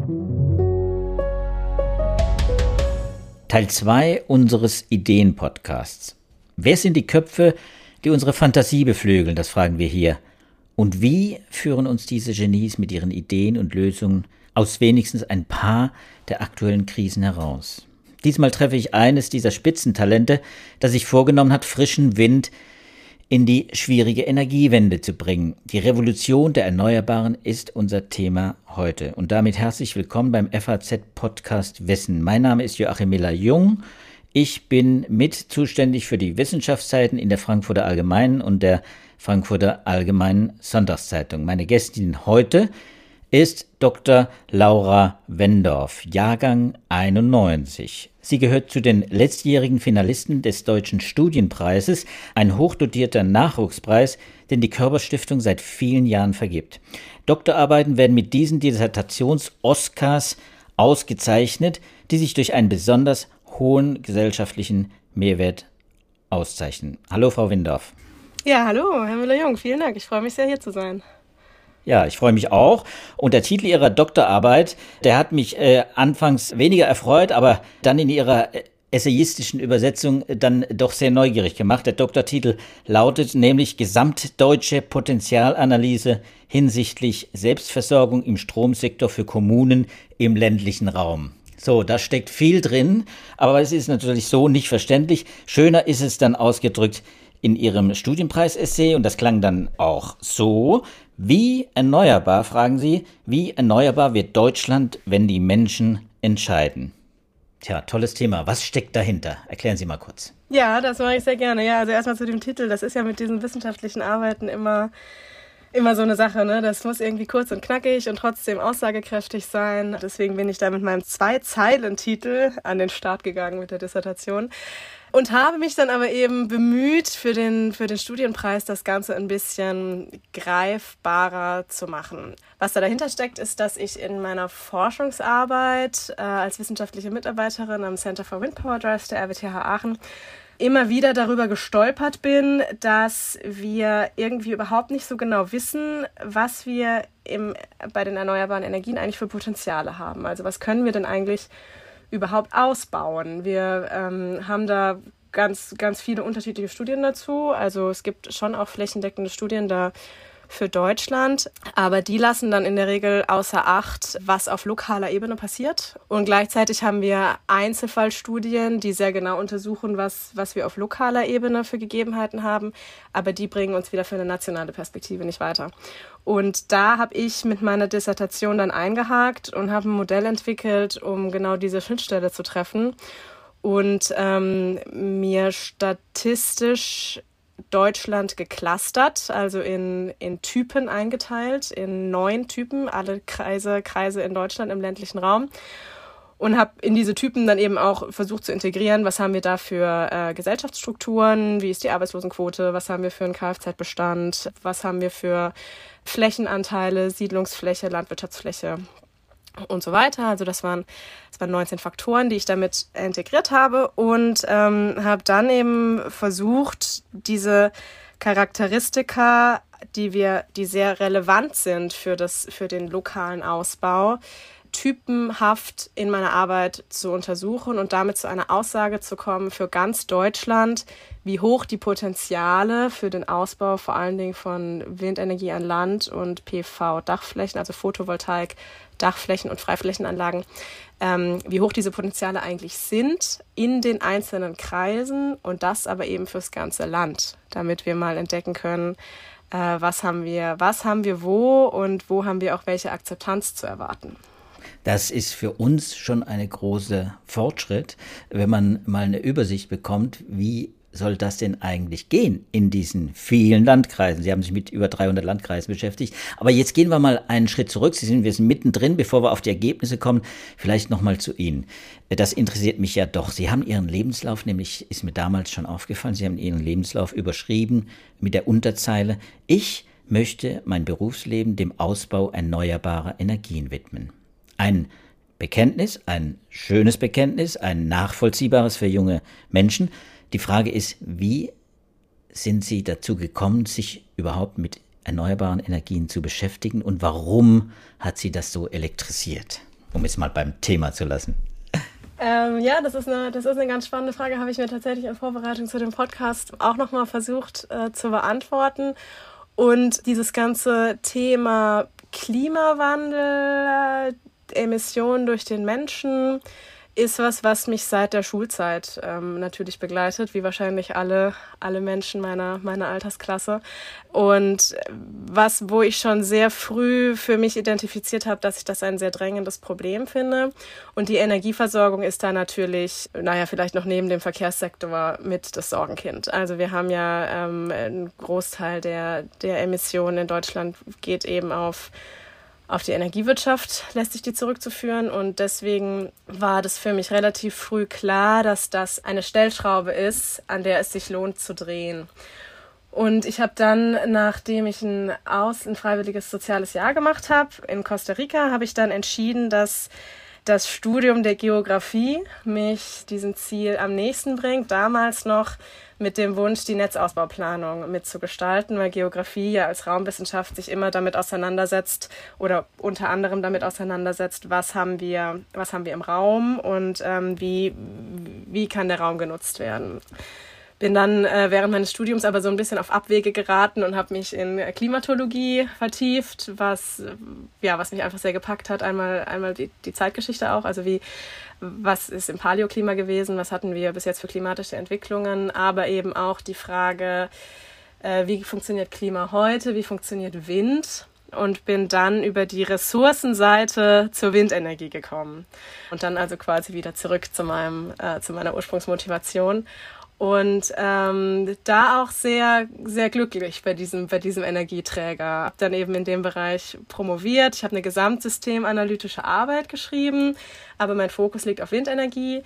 Teil 2 unseres Ideen-Podcasts. Wer sind die Köpfe, die unsere Fantasie beflügeln? Das fragen wir hier. Und wie führen uns diese Genies mit ihren Ideen und Lösungen aus wenigstens ein paar der aktuellen Krisen heraus? Diesmal treffe ich eines dieser Spitzentalente, das sich vorgenommen hat, frischen Wind in die schwierige Energiewende zu bringen. Die Revolution der Erneuerbaren ist unser Thema heute. Und damit herzlich willkommen beim FAZ-Podcast Wissen. Mein Name ist Joachim Müller-Jung. Ich bin mit zuständig für die Wissenschaftsseiten in der Frankfurter Allgemeinen und der Frankfurter Allgemeinen Sonntagszeitung. Meine Gästin heute ist Dr. Laura Wendorf, Jahrgang 91. Sie gehört zu den letztjährigen Finalisten des Deutschen Studienpreises, ein hochdotierter Nachwuchspreis, den die Körper-Stiftung seit vielen Jahren vergibt. Doktorarbeiten werden mit diesen Dissertations-Oscars ausgezeichnet, die sich durch einen besonders hohen gesellschaftlichen Mehrwert auszeichnen. Hallo, Frau Wendorf. Ja, hallo, Herr Müller-Jung, vielen Dank. Ich freue mich sehr, hier zu sein. Ja, ich freue mich auch. Und der Titel Ihrer Doktorarbeit, der hat mich anfangs weniger erfreut, aber dann in Ihrer essayistischen Übersetzung dann doch sehr neugierig gemacht. Der Doktortitel lautet nämlich Gesamtdeutsche Potenzialanalyse hinsichtlich Selbstversorgung im Stromsektor für Kommunen im ländlichen Raum. So, da steckt viel drin, aber es ist natürlich so nicht verständlich. Schöner ist es dann ausgedrückt in Ihrem Studienpreis-Essay, und das klang dann auch so: Wie erneuerbar, fragen Sie, wie erneuerbar wird Deutschland, wenn die Menschen entscheiden? Tja, tolles Thema. Was steckt dahinter? Erklären Sie mal kurz. Ja, das mache ich sehr gerne. Ja, also erstmal zu dem Titel. Das ist ja mit diesen wissenschaftlichen Arbeiten immer so eine Sache, ne? Das muss irgendwie kurz und knackig und trotzdem aussagekräftig sein. Deswegen bin ich da mit meinem 2-Zeilen-Titel an den Start gegangen mit der Dissertation. Und habe mich dann aber eben bemüht, für den Studienpreis das Ganze ein bisschen greifbarer zu machen. Was da dahinter steckt, ist, dass ich in meiner Forschungsarbeit als wissenschaftliche Mitarbeiterin am Center for Wind Power Drives der RWTH Aachen immer wieder darüber gestolpert bin, dass wir irgendwie überhaupt nicht so genau wissen, was wir bei den erneuerbaren Energien eigentlich für Potenziale haben. Also was können wir denn eigentlich überhaupt ausbauen? Wir haben da ganz, ganz viele unterschiedliche Studien dazu. Also es gibt schon auch flächendeckende Studien da für Deutschland, aber die lassen dann in der Regel außer Acht, was auf lokaler Ebene passiert. Und gleichzeitig haben wir Einzelfallstudien, die sehr genau untersuchen, was wir auf lokaler Ebene für Gegebenheiten haben, aber die bringen uns wieder für eine nationale Perspektive nicht weiter. Und da habe ich mit meiner Dissertation dann eingehakt und habe ein Modell entwickelt, um genau diese Schnittstelle zu treffen und mir statistisch Deutschland geclustert, also in Typen eingeteilt, in 9 Typen, alle Kreise in Deutschland im ländlichen Raum. Und habe in diese Typen dann eben auch versucht zu integrieren, was haben wir da für Gesellschaftsstrukturen, wie ist die Arbeitslosenquote, was haben wir für einen Kfz-Bestand, was haben wir für Flächenanteile, Siedlungsfläche, Landwirtschaftsfläche und so weiter. Also das waren 19 Faktoren, die ich damit integriert habe, und habe dann eben versucht, diese Charakteristika, die sehr relevant sind für den lokalen Ausbau, typenhaft in meiner Arbeit zu untersuchen und damit zu einer Aussage zu kommen für ganz Deutschland, wie hoch die Potenziale für den Ausbau vor allen Dingen von Windenergie an Land und PV-Dachflächen, also Photovoltaik, Dachflächen und Freiflächenanlagen, wie hoch diese Potenziale eigentlich sind in den einzelnen Kreisen, und das aber eben fürs ganze Land, damit wir mal entdecken können, was haben wir wo und wo haben wir auch welche Akzeptanz zu erwarten. Das ist für uns schon ein großer Fortschritt, wenn man mal eine Übersicht bekommt, wie soll das denn eigentlich gehen in diesen vielen Landkreisen? Sie haben sich mit über 300 Landkreisen beschäftigt. Aber jetzt gehen wir mal einen Schritt zurück. Wir sind mittendrin, bevor wir auf die Ergebnisse kommen. Vielleicht nochmal zu Ihnen. Das interessiert mich ja doch. Sie haben Ihren Lebenslauf, nämlich ist mir damals schon aufgefallen, Sie haben Ihren Lebenslauf überschrieben mit der Unterzeile: Ich möchte mein Berufsleben dem Ausbau erneuerbarer Energien widmen. Ein Bekenntnis, ein schönes Bekenntnis, ein nachvollziehbares für junge Menschen. Die Frage ist, wie sind Sie dazu gekommen, sich überhaupt mit erneuerbaren Energien zu beschäftigen, und warum hat Sie das so elektrisiert? um es mal beim Thema zu lassen? Ja, das ist eine ganz spannende Frage, habe ich mir tatsächlich in Vorbereitung zu dem Podcast auch nochmal versucht zu beantworten. Und dieses ganze Thema Klimawandel, Emissionen durch den Menschen, ist was mich seit der Schulzeit natürlich begleitet, wie wahrscheinlich alle Menschen meiner Altersklasse. Und wo ich schon sehr früh für mich identifiziert habe, dass ich das ein sehr drängendes Problem finde. Und die Energieversorgung ist da natürlich, vielleicht noch neben dem Verkehrssektor mit das Sorgenkind. Also wir haben ja ein Großteil der Emissionen in Deutschland geht eben auf die Energiewirtschaft lässt sich die zurückzuführen, und deswegen war das für mich relativ früh klar, dass das eine Stellschraube ist, an der es sich lohnt zu drehen. Und ich habe dann, nachdem ich ein freiwilliges soziales Jahr gemacht habe in Costa Rica, habe ich dann entschieden, dass das Studium der Geografie mich diesem Ziel am nächsten bringt, damals noch mit dem Wunsch, die Netzausbauplanung mitzugestalten, weil Geografie ja als Raumwissenschaft sich immer damit auseinandersetzt oder unter anderem damit auseinandersetzt, was haben wir im Raum und wie kann der Raum genutzt werden. Bin dann während meines Studiums aber so ein bisschen auf Abwege geraten und habe mich in Klimatologie vertieft, was mich einfach sehr gepackt hat. Einmal die Zeitgeschichte auch, also was ist im Paläoklima gewesen, was hatten wir bis jetzt für klimatische Entwicklungen, aber eben auch die Frage, wie funktioniert Klima heute, wie funktioniert Wind, und bin dann über die Ressourcenseite zur Windenergie gekommen und dann also quasi wieder zurück zu meiner Ursprungsmotivation. Und da auch sehr, sehr glücklich bei diesem Energieträger. Habe dann eben in dem Bereich promoviert. Ich habe eine gesamtsystemanalytische Arbeit geschrieben, aber mein Fokus liegt auf Windenergie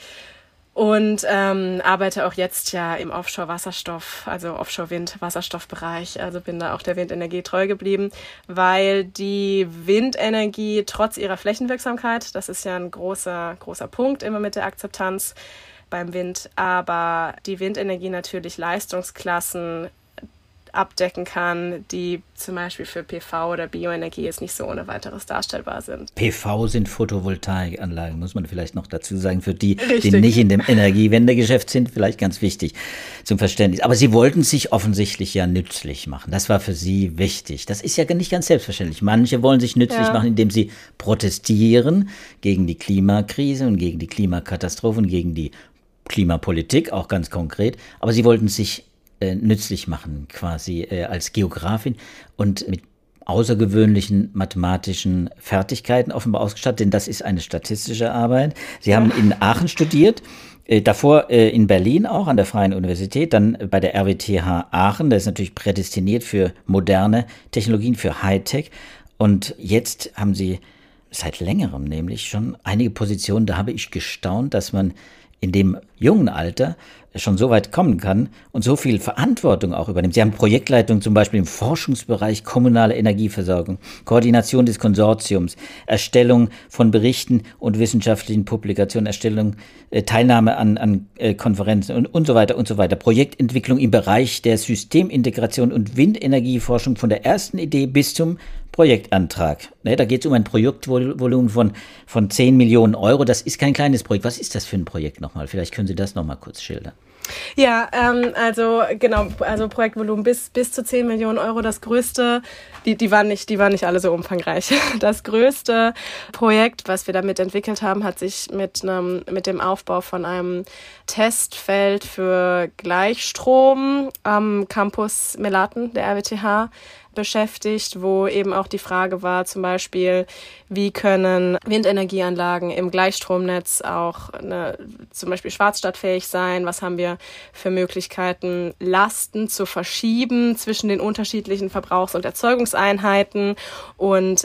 und arbeite auch jetzt ja im Offshore-Wasserstoff, also Offshore-Wind-Wasserstoffbereich. Also bin da auch der Windenergie treu geblieben, weil die Windenergie trotz ihrer Flächenwirksamkeit, das ist ja ein großer Punkt immer mit der Akzeptanz beim Wind, aber die Windenergie natürlich Leistungsklassen abdecken kann, die zum Beispiel für PV oder Bioenergie jetzt nicht so ohne weiteres darstellbar sind. PV sind Photovoltaikanlagen, muss man vielleicht noch dazu sagen, für die nicht in dem Energiewendegeschäft sind, vielleicht ganz wichtig zum Verständnis. Aber Sie wollten sich offensichtlich ja nützlich machen. Das war für Sie wichtig. Das ist ja nicht ganz selbstverständlich. Manche wollen sich nützlich machen, indem sie protestieren gegen die Klimakrise und gegen die Klimakatastrophe und gegen die Klimapolitik, auch ganz konkret. Aber Sie wollten sich nützlich machen, quasi als Geografin und mit außergewöhnlichen mathematischen Fertigkeiten offenbar ausgestattet, denn das ist eine statistische Arbeit. Sie haben in Aachen studiert, davor in Berlin auch an der Freien Universität, dann bei der RWTH Aachen, das ist natürlich prädestiniert für moderne Technologien, für Hightech, und jetzt haben Sie seit längerem nämlich schon einige Positionen, da habe ich gestaunt, dass man in dem jungen Alter schon so weit kommen kann und so viel Verantwortung auch übernimmt. Sie haben Projektleitung zum Beispiel im Forschungsbereich kommunale Energieversorgung, Koordination des Konsortiums, Erstellung von Berichten und wissenschaftlichen Publikationen, Teilnahme an Konferenzen und so weiter und so weiter. Projektentwicklung im Bereich der Systemintegration und Windenergieforschung von der ersten Idee bis zum Projektantrag. Da geht es um ein Projektvolumen von 10 Millionen Euro. Das ist kein kleines Projekt. Was ist das für ein Projekt nochmal? Vielleicht können Sie das nochmal kurz schildern. Ja, also Projektvolumen bis zu 10 Millionen Euro. Das größte, die waren nicht alle so umfangreich. Das größte Projekt, was wir damit entwickelt haben, hat sich mit dem Aufbau von einem Testfeld für Gleichstrom am Campus Melaten der RWTH beschäftigt, wo eben auch die Frage war, zum Beispiel, wie können Windenergieanlagen im Gleichstromnetz auch zum Beispiel schwarzstadtfähig sein? Was haben wir für Möglichkeiten, Lasten zu verschieben zwischen den unterschiedlichen Verbrauchs- und Erzeugungseinheiten? Und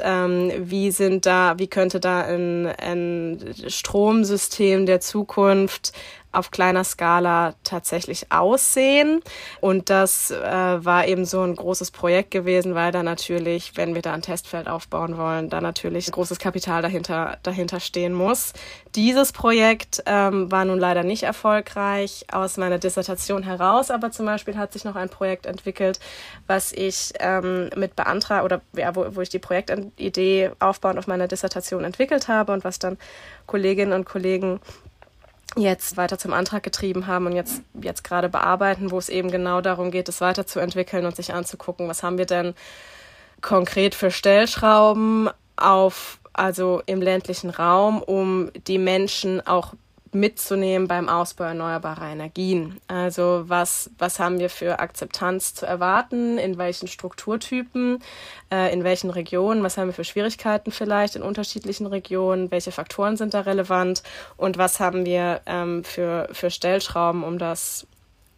wie könnte da ein Stromsystem der Zukunft auf kleiner Skala tatsächlich aussehen. Und das war eben so ein großes Projekt gewesen, weil da natürlich, wenn wir da ein Testfeld aufbauen wollen, da natürlich ein großes Kapital dahinter stehen muss. Dieses Projekt war nun leider nicht erfolgreich aus meiner Dissertation heraus, aber zum Beispiel hat sich noch ein Projekt entwickelt, was ich mit beantragt oder wo ich die Projektidee aufbauend auf meiner Dissertation entwickelt habe und was dann Kolleginnen und Kollegen jetzt weiter zum Antrag getrieben haben und jetzt gerade bearbeiten, wo es eben genau darum geht, es weiterzuentwickeln und sich anzugucken, was haben wir denn konkret für Stellschrauben also im ländlichen Raum, um die Menschen auch mitzunehmen beim Ausbau erneuerbarer Energien. Also was haben wir für Akzeptanz zu erwarten, in welchen Strukturtypen, in welchen Regionen, was haben wir für Schwierigkeiten vielleicht in unterschiedlichen Regionen, welche Faktoren sind da relevant und was haben wir für Stellschrauben, um das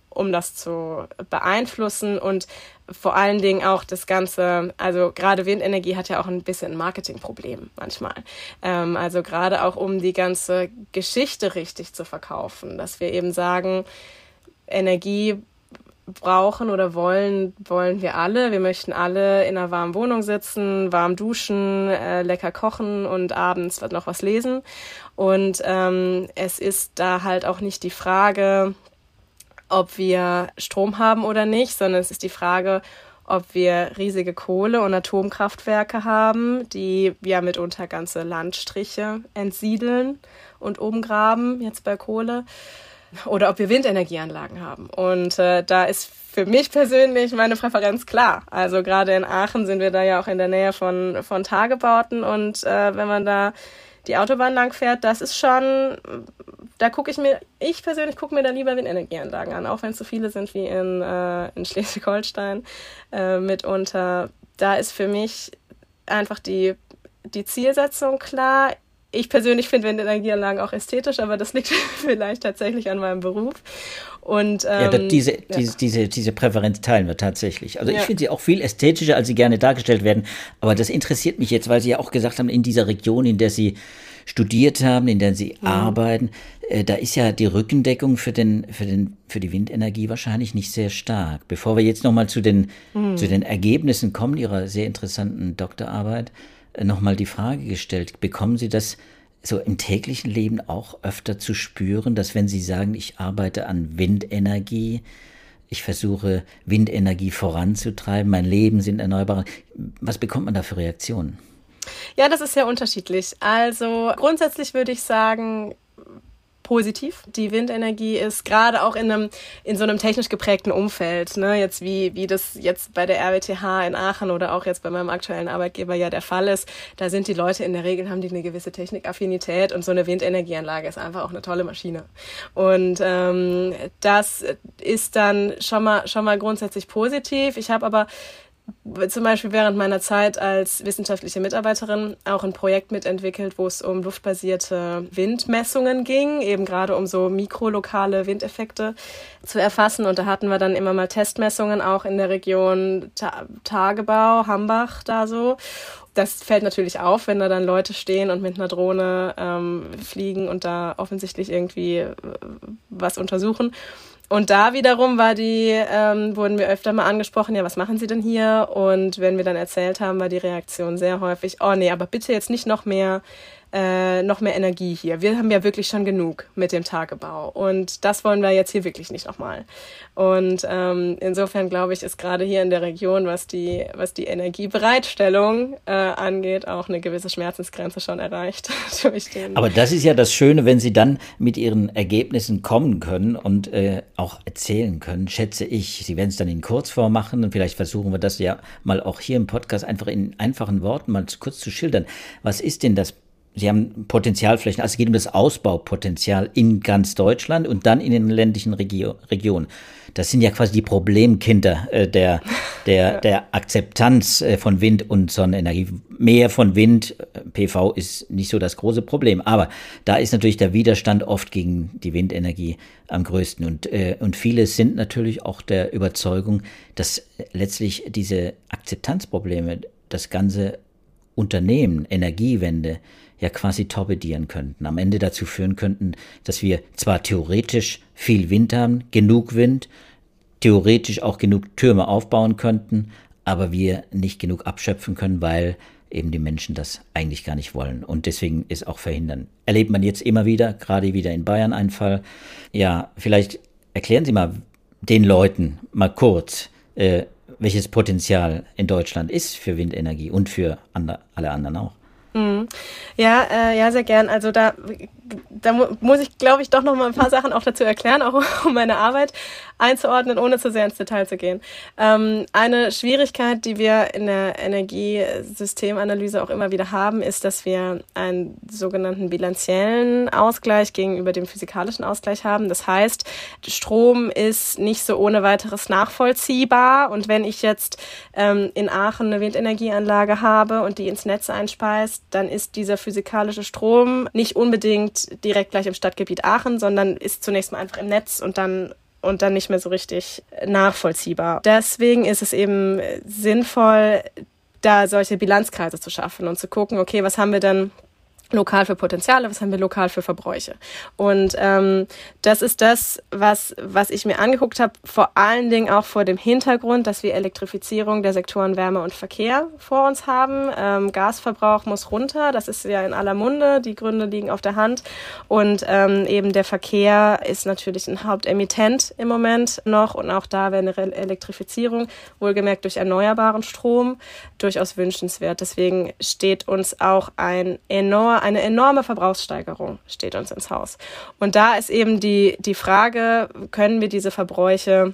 zu beeinflussen und vor allen Dingen auch das Ganze, also gerade Windenergie hat ja auch ein bisschen ein Marketingproblem manchmal. Also gerade auch um die ganze Geschichte richtig zu verkaufen, dass wir eben sagen, Energie brauchen oder wollen wir alle. Wir möchten alle in einer warmen Wohnung sitzen, warm duschen, lecker kochen und abends noch was lesen. Und es ist da halt auch nicht die Frage, ob wir Strom haben oder nicht, sondern es ist die Frage, ob wir riesige Kohle- und Atomkraftwerke haben, die ja mitunter ganze Landstriche entsiedeln und umgraben, jetzt bei Kohle, oder ob wir Windenergieanlagen haben. Und da ist für mich persönlich meine Präferenz klar. Also gerade in Aachen sind wir da ja auch in der Nähe von Tagebauten und wenn man da die Autobahn lang fährt, das ist schon, ich persönlich gucke mir da lieber Windenergieanlagen an, auch wenn es so viele sind wie in Schleswig-Holstein mitunter. Da ist für mich einfach die Zielsetzung klar. Ich persönlich finde Windenergieanlagen auch ästhetisch, aber das liegt vielleicht tatsächlich an meinem Beruf. Und diese Präferenz teilen wir tatsächlich. Also ich finde sie auch viel ästhetischer, als sie gerne dargestellt werden. Aber das interessiert mich jetzt, weil Sie ja auch gesagt haben, in dieser Region, in der Sie studiert haben, in der Sie arbeiten, da ist ja die Rückendeckung für die Windenergie wahrscheinlich nicht sehr stark. Bevor wir jetzt nochmal zu den Ergebnissen kommen Ihrer sehr interessanten Doktorarbeit, nochmal die Frage gestellt, bekommen Sie das so im täglichen Leben auch öfter zu spüren, dass wenn Sie sagen, ich arbeite an Windenergie, ich versuche Windenergie voranzutreiben, mein Leben sind erneuerbare, was bekommt man da für Reaktionen? Ja, das ist sehr unterschiedlich. Also grundsätzlich würde ich sagen, positiv. Die Windenergie ist gerade auch in so einem technisch geprägten Umfeld, ne, jetzt wie das jetzt bei der RWTH in Aachen oder auch jetzt bei meinem aktuellen Arbeitgeber ja der Fall ist, da sind die Leute in der Regel, haben die eine gewisse Technikaffinität und so eine Windenergieanlage ist einfach auch eine tolle Maschine. Und das ist dann schon mal grundsätzlich positiv. Ich habe aber zum Beispiel während meiner Zeit als wissenschaftliche Mitarbeiterin auch ein Projekt mitentwickelt, wo es um luftbasierte Windmessungen ging, eben gerade um so mikrolokale Windeffekte zu erfassen. Und da hatten wir dann immer mal Testmessungen auch in der Region Tagebau, Hambach da so. Das fällt natürlich auf, wenn da dann Leute stehen und mit einer Drohne fliegen und da offensichtlich irgendwie was untersuchen. Und da wiederum wurden wir öfter mal angesprochen, ja, was machen Sie denn hier? Und wenn wir dann erzählt haben, war die Reaktion sehr häufig, oh nee, aber bitte jetzt nicht noch mehr Energie hier. Wir haben ja wirklich schon genug mit dem Tagebau und das wollen wir jetzt hier wirklich nicht nochmal. Und insofern glaube ich, ist gerade hier in der Region, was die Energiebereitstellung angeht, auch eine gewisse Schmerzensgrenze schon erreicht. Aber das ist ja das Schöne, wenn Sie dann mit Ihren Ergebnissen kommen können und auch erzählen können, schätze ich. Sie werden es dann in Kurzform machen und vielleicht versuchen wir das ja mal auch hier im Podcast einfach in einfachen Worten mal kurz zu schildern. Was ist denn das? Sie haben Potenzialflächen, also es geht um das Ausbaupotenzial in ganz Deutschland und dann in den ländlichen Regionen. Das sind ja quasi die Problemkinder der Akzeptanz von Wind- und Sonnenenergie. Mehr von Wind, PV ist nicht so das große Problem, aber da ist natürlich der Widerstand oft gegen die Windenergie am größten. Und viele sind natürlich auch der Überzeugung, dass letztlich diese Akzeptanzprobleme das ganze Unternehmen, Energiewende, ja quasi torpedieren könnten, am Ende dazu führen könnten, dass wir zwar theoretisch viel Wind haben, genug Wind, theoretisch auch genug Türme aufbauen könnten, aber wir nicht genug abschöpfen können, weil eben die Menschen das eigentlich gar nicht wollen und deswegen ist auch verhindern. Erlebt man jetzt immer wieder, gerade wieder in Bayern ein Fall. Ja, vielleicht erklären Sie mal den Leuten mal kurz, welches Potenzial in Deutschland ist für Windenergie und für alle anderen auch. Ja, sehr gern. Also da muss ich, glaube ich, doch noch mal ein paar Sachen auch dazu erklären, auch um meine Arbeit einzuordnen, ohne zu sehr ins Detail zu gehen. Eine Schwierigkeit, die wir in der Energiesystemanalyse auch immer wieder haben, ist, dass wir einen sogenannten bilanziellen Ausgleich gegenüber dem physikalischen Ausgleich haben. Das heißt, Strom ist nicht so ohne weiteres nachvollziehbar. Und wenn ich jetzt in Aachen eine Windenergieanlage habe und die ins Netz einspeist, dann ist dieser physikalische Strom nicht unbedingt direkt gleich im Stadtgebiet Aachen, sondern ist zunächst mal einfach im Netz und dann nicht mehr so richtig nachvollziehbar. Deswegen ist es eben sinnvoll, da solche Bilanzkreise zu schaffen und zu gucken, okay, was haben wir denn lokal für Potenziale, was haben wir lokal für Verbräuche. Und das ist das, was ich mir angeguckt habe, vor allen Dingen auch vor dem Hintergrund, dass wir Elektrifizierung der Sektoren Wärme und Verkehr vor uns haben. Gasverbrauch muss runter, das ist ja in aller Munde, die Gründe liegen auf der Hand. Und eben der Verkehr ist natürlich ein Hauptemittent im Moment noch und auch da wäre eine Elektrifizierung, wohlgemerkt durch erneuerbaren Strom, durchaus wünschenswert. Deswegen steht uns auch eine enorme Verbrauchssteigerung steht uns ins Haus. Und da ist eben die Frage, können wir diese Verbräuche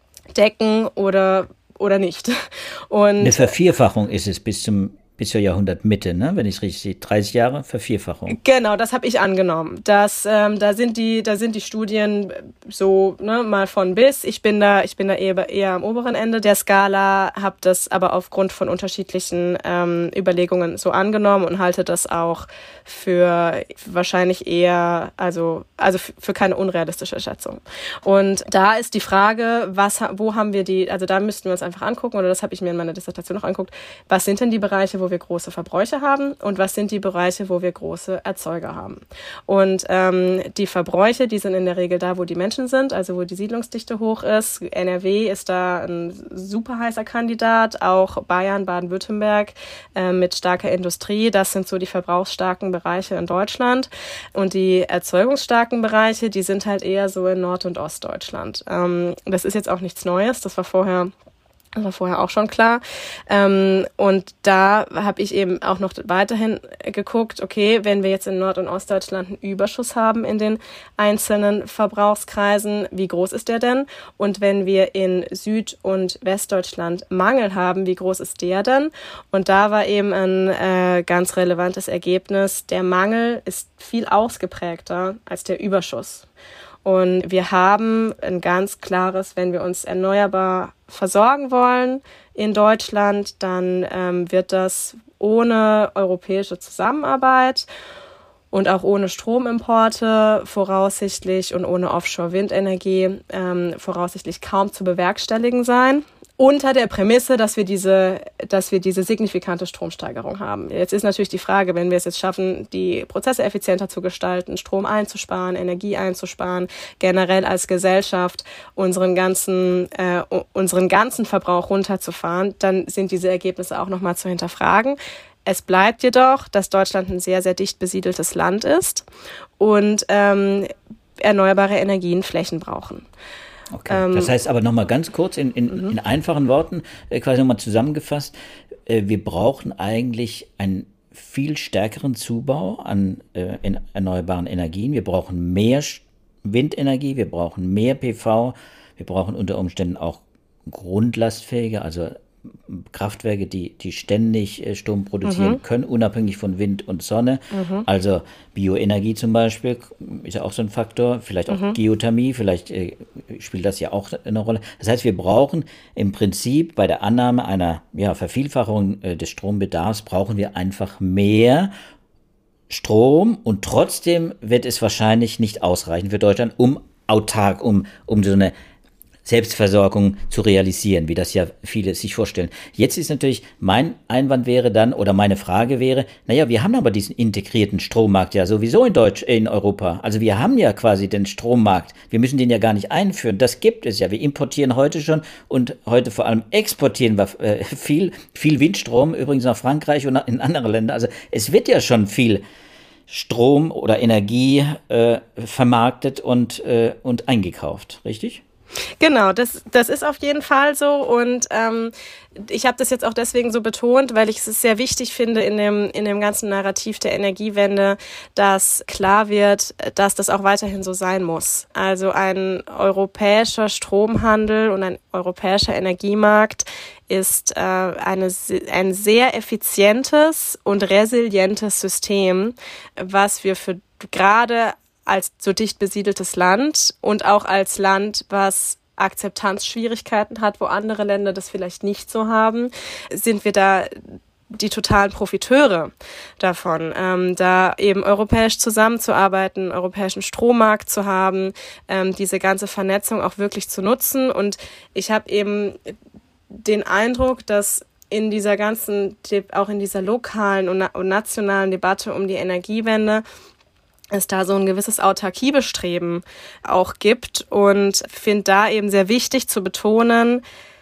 decken oder nicht? Und eine Vervierfachung ist es bis zur Jahrhundertmitte, ne? Wenn ich es richtig sehe, 30 Jahre Vervierfachung. Genau, das habe ich angenommen. Da sind die Studien so, ne, mal von bis. Ich bin da eher am oberen Ende der Skala, habe das aber aufgrund von unterschiedlichen Überlegungen so angenommen und halte das auch für wahrscheinlich eher, also für keine unrealistische Schätzung. Und da ist die Frage, wo haben wir also da müssten wir uns einfach angucken, oder das habe ich mir in meiner Dissertation noch angeguckt, was sind denn die Bereiche, wo wir große Verbräuche haben und was sind die Bereiche, wo wir große Erzeuger haben. Und die Verbräuche, die sind in der Regel da, wo die Menschen sind, also wo die Siedlungsdichte hoch ist. NRW ist da ein super heißer Kandidat, auch Bayern, Baden-Württemberg mit starker Industrie. Das sind so die verbrauchsstarken Bereiche in Deutschland. Und die erzeugungsstarken Bereiche, die sind halt eher so in Nord- und Ostdeutschland. Das ist jetzt auch nichts Neues, das war vorher auch schon klar. Und da habe ich eben auch noch weiterhin geguckt, okay, wenn wir jetzt in Nord- und Ostdeutschland einen Überschuss haben in den einzelnen Verbrauchskreisen, wie groß ist der denn? Und wenn wir in Süd- und Westdeutschland Mangel haben, wie groß ist der denn? Und da war eben ein ganz relevantes Ergebnis, der Mangel ist viel ausgeprägter als der Überschuss. Und wir haben ein ganz klares, wenn wir uns erneuerbar versorgen wollen in Deutschland, dann wird das ohne europäische Zusammenarbeit und auch ohne Stromimporte voraussichtlich und ohne Offshore-Windenergie voraussichtlich kaum zu bewerkstelligen sein. Unter der Prämisse, dass wir diese signifikante Stromsteigerung haben. Jetzt ist natürlich die Frage, wenn wir es jetzt schaffen, die Prozesse effizienter zu gestalten, Strom einzusparen, Energie einzusparen, generell als Gesellschaft unseren ganzen Verbrauch runterzufahren, dann sind diese Ergebnisse auch nochmal zu hinterfragen. Es bleibt jedoch, dass Deutschland ein sehr, sehr dicht besiedeltes Land ist und erneuerbare Energien Flächen brauchen. Okay. Das heißt aber nochmal ganz kurz in einfachen Worten, quasi nochmal zusammengefasst, wir brauchen eigentlich einen viel stärkeren Zubau an erneuerbaren Energien. Wir brauchen mehr Windenergie, wir brauchen mehr PV, wir brauchen unter Umständen auch grundlastfähige, also Kraftwerke, die ständig Strom produzieren können, unabhängig von Wind und Sonne. Also Bioenergie zum Beispiel ist ja auch so ein Faktor, vielleicht auch Geothermie, vielleicht spielt das ja auch eine Rolle. Das heißt, wir brauchen im Prinzip bei der Annahme einer Vervielfachung des Strombedarfs, brauchen wir einfach mehr Strom und trotzdem wird es wahrscheinlich nicht ausreichen für Deutschland, um autark, um so eine Selbstversorgung zu realisieren, wie das ja viele sich vorstellen. Jetzt ist natürlich, mein Einwand wäre dann, oder meine Frage wäre, naja, wir haben aber diesen integrierten Strommarkt ja sowieso in Europa. Also wir haben ja quasi den Strommarkt. Wir müssen den ja gar nicht einführen. Das gibt es ja. Wir importieren heute schon und heute vor allem exportieren wir viel Windstrom, übrigens nach Frankreich und in andere Länder. Also es wird ja schon viel Strom oder Energie vermarktet und eingekauft, richtig? Genau, das ist auf jeden Fall so und ich habe das jetzt auch deswegen so betont, weil ich es sehr wichtig finde in dem ganzen Narrativ der Energiewende, dass klar wird, dass das auch weiterhin so sein muss. Also ein europäischer Stromhandel und ein europäischer Energiemarkt ist ein sehr effizientes und resilientes System, was wir für gerade als so dicht besiedeltes Land und auch als Land, was Akzeptanzschwierigkeiten hat, wo andere Länder das vielleicht nicht so haben, sind wir da die totalen Profiteure davon, da eben europäisch zusammenzuarbeiten, europäischen Strommarkt zu haben, diese ganze Vernetzung auch wirklich zu nutzen. Und ich habe eben den Eindruck, dass in dieser ganzen, auch in dieser lokalen und nationalen Debatte um die Energiewende es da so ein gewisses Autarkiebestreben auch gibt und finde da eben sehr wichtig zu betonen,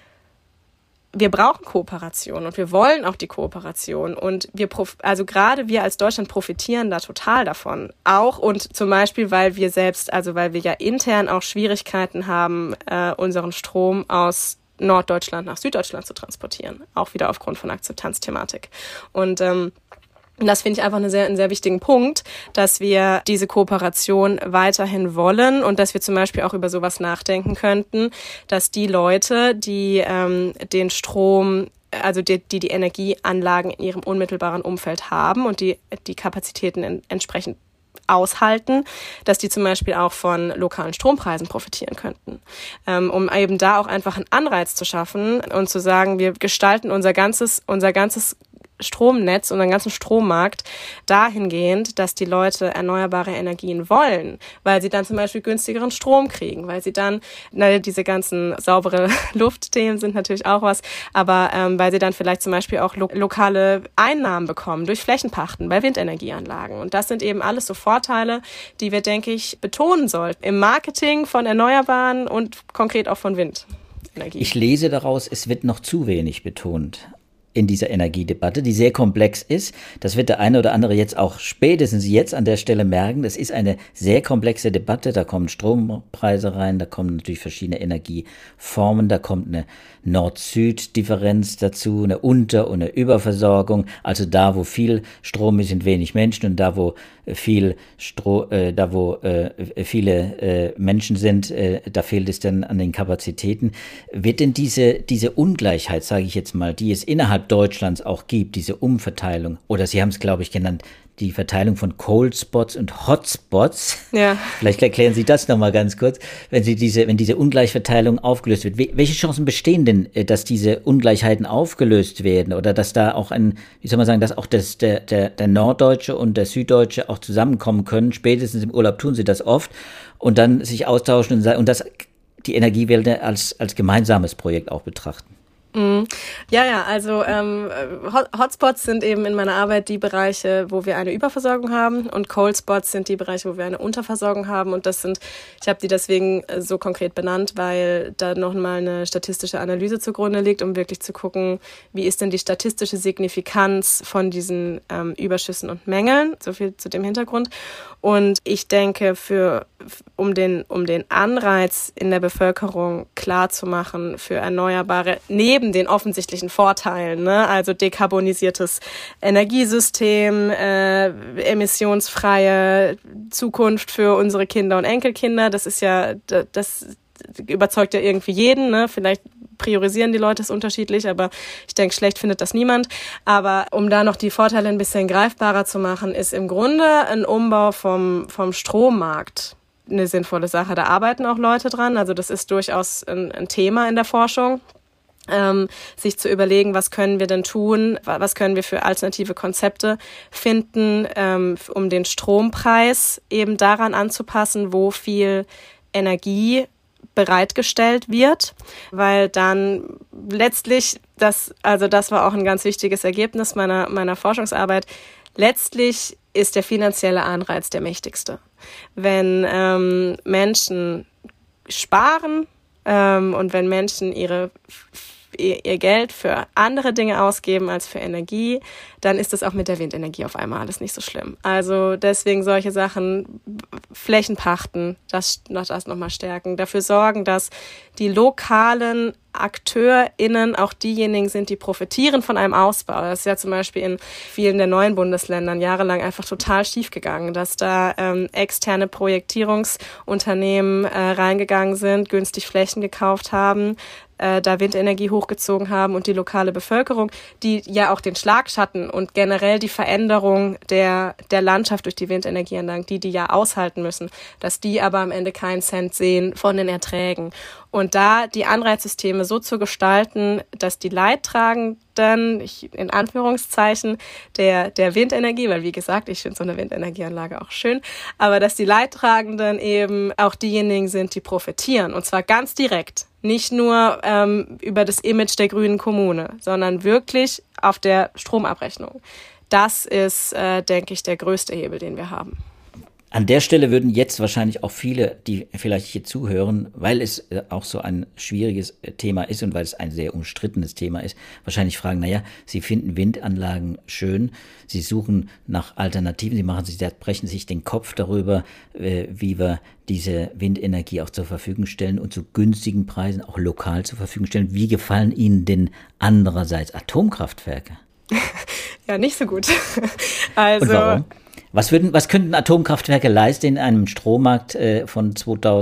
wir brauchen Kooperation und wir wollen auch die Kooperation und also gerade wir als Deutschland profitieren da total davon. Auch und zum Beispiel, weil wir ja intern auch Schwierigkeiten haben, unseren Strom aus Norddeutschland nach Süddeutschland zu transportieren. Auch wieder aufgrund von Akzeptanzthematik. Und das finde ich einfach einen sehr wichtigen Punkt, dass wir diese Kooperation weiterhin wollen und dass wir zum Beispiel auch über sowas nachdenken könnten, dass die Leute, die den Strom, also die Energieanlagen in ihrem unmittelbaren Umfeld haben und die Kapazitäten entsprechend aushalten, dass die zum Beispiel auch von lokalen Strompreisen profitieren könnten, um eben da auch einfach einen Anreiz zu schaffen und zu sagen, wir gestalten unser ganzes Stromnetz, unseren ganzen Strommarkt dahingehend, dass die Leute erneuerbare Energien wollen, weil sie dann zum Beispiel günstigeren Strom kriegen, weil sie dann, diese ganzen saubere Luftthemen sind natürlich auch was, aber weil sie dann vielleicht zum Beispiel auch lokale Einnahmen bekommen durch Flächenpachten bei Windenergieanlagen. Und das sind eben alles so Vorteile, die wir, denke ich, betonen sollten im Marketing von Erneuerbaren und konkret auch von Windenergie. Ich lese daraus, es wird noch zu wenig betont in dieser Energiedebatte, die sehr komplex ist. Das wird der eine oder andere jetzt auch spätestens jetzt an der Stelle merken. Das ist eine sehr komplexe Debatte. Da kommen Strompreise rein, da kommen natürlich verschiedene Energieformen, da kommt eine Nord-Süd-Differenz dazu, eine Unter- und eine Überversorgung. Also da, wo viel Strom ist, sind wenig Menschen und da, wo viele Menschen sind, da fehlt es dann an den Kapazitäten. Wird denn diese Ungleichheit, sage ich jetzt mal, die es innerhalb Deutschlands auch gibt, diese Umverteilung, oder Sie haben es, glaube ich, genannt, die Verteilung von Cold Spots und Hotspots. Ja. Vielleicht erklären Sie das nochmal ganz kurz, wenn diese Ungleichverteilung aufgelöst wird. Welche Chancen bestehen denn, dass diese Ungleichheiten aufgelöst werden oder dass da auch dass auch der Norddeutsche und der Süddeutsche auch zusammenkommen können? Spätestens im Urlaub tun sie das oft und dann sich austauschen und das die Energiewende als gemeinsames Projekt auch betrachten. Ja, also Hotspots sind eben in meiner Arbeit die Bereiche, wo wir eine Überversorgung haben und Cold Spots sind die Bereiche, wo wir eine Unterversorgung haben und ich habe die deswegen so konkret benannt, weil da noch mal eine statistische Analyse zugrunde liegt, um wirklich zu gucken, wie ist denn die statistische Signifikanz von diesen Überschüssen und Mängeln, so viel zu dem Hintergrund. Und ich denke, um den Anreiz in der Bevölkerung klar zu machen für Erneuerbare, neben den offensichtlichen Vorteilen, ne? Also dekarbonisiertes Energiesystem, emissionsfreie Zukunft für unsere Kinder und Enkelkinder, das überzeugt ja irgendwie jeden, ne? Vielleicht priorisieren die Leute es unterschiedlich, aber ich denke, schlecht findet das niemand. Aber um da noch die Vorteile ein bisschen greifbarer zu machen, ist im Grunde ein Umbau vom Strommarkt eine sinnvolle Sache. Da arbeiten auch Leute dran, also das ist durchaus ein Thema in der Forschung. Sich zu überlegen, was können wir denn tun, was können wir für alternative Konzepte finden, um den Strompreis eben daran anzupassen, wo viel Energie bereitgestellt wird, weil dann letztlich, das war auch ein ganz wichtiges Ergebnis meiner Forschungsarbeit, letztlich ist der finanzielle Anreiz der mächtigste. Wenn Menschen sparen und wenn Menschen ihr Geld für andere Dinge ausgeben als für Energie, dann ist das auch mit der Windenergie auf einmal alles nicht so schlimm. Also deswegen solche Sachen, Flächen pachten, das nochmal stärken, dafür sorgen, dass die lokalen AkteurInnen auch diejenigen sind, die profitieren von einem Ausbau. Das ist ja zum Beispiel in vielen der neuen Bundesländern jahrelang einfach total schief gegangen, dass da externe Projektierungsunternehmen reingegangen sind, günstig Flächen gekauft haben, da Windenergie hochgezogen haben und die lokale Bevölkerung, die ja auch den Schlagschatten und generell die Veränderung der Landschaft durch die Windenergieanlagen, die ja aushalten müssen, dass die aber am Ende keinen Cent sehen von den Erträgen. Und da die Anreizsysteme so zu gestalten, dass die Leidtragenden, in Anführungszeichen, der Windenergie, weil wie gesagt, ich finde so eine Windenergieanlage auch schön, aber dass die Leidtragenden eben auch diejenigen sind, die profitieren. Und zwar ganz direkt. Nicht nur über das Image der grünen Kommune, sondern wirklich auf der Stromabrechnung. Das ist, denke ich, der größte Hebel, den wir haben. An der Stelle würden jetzt wahrscheinlich auch viele, die vielleicht hier zuhören, weil es auch so ein schwieriges Thema ist und weil es ein sehr umstrittenes Thema ist, wahrscheinlich fragen, Sie finden Windanlagen schön, Sie suchen nach Alternativen, Sie brechen sich den Kopf darüber, wie wir diese Windenergie auch zur Verfügung stellen und zu günstigen Preisen auch lokal zur Verfügung stellen. Wie gefallen Ihnen denn andererseits Atomkraftwerke? Ja, nicht so gut. Also, und warum? Was könnten Atomkraftwerke leisten in einem Strommarkt von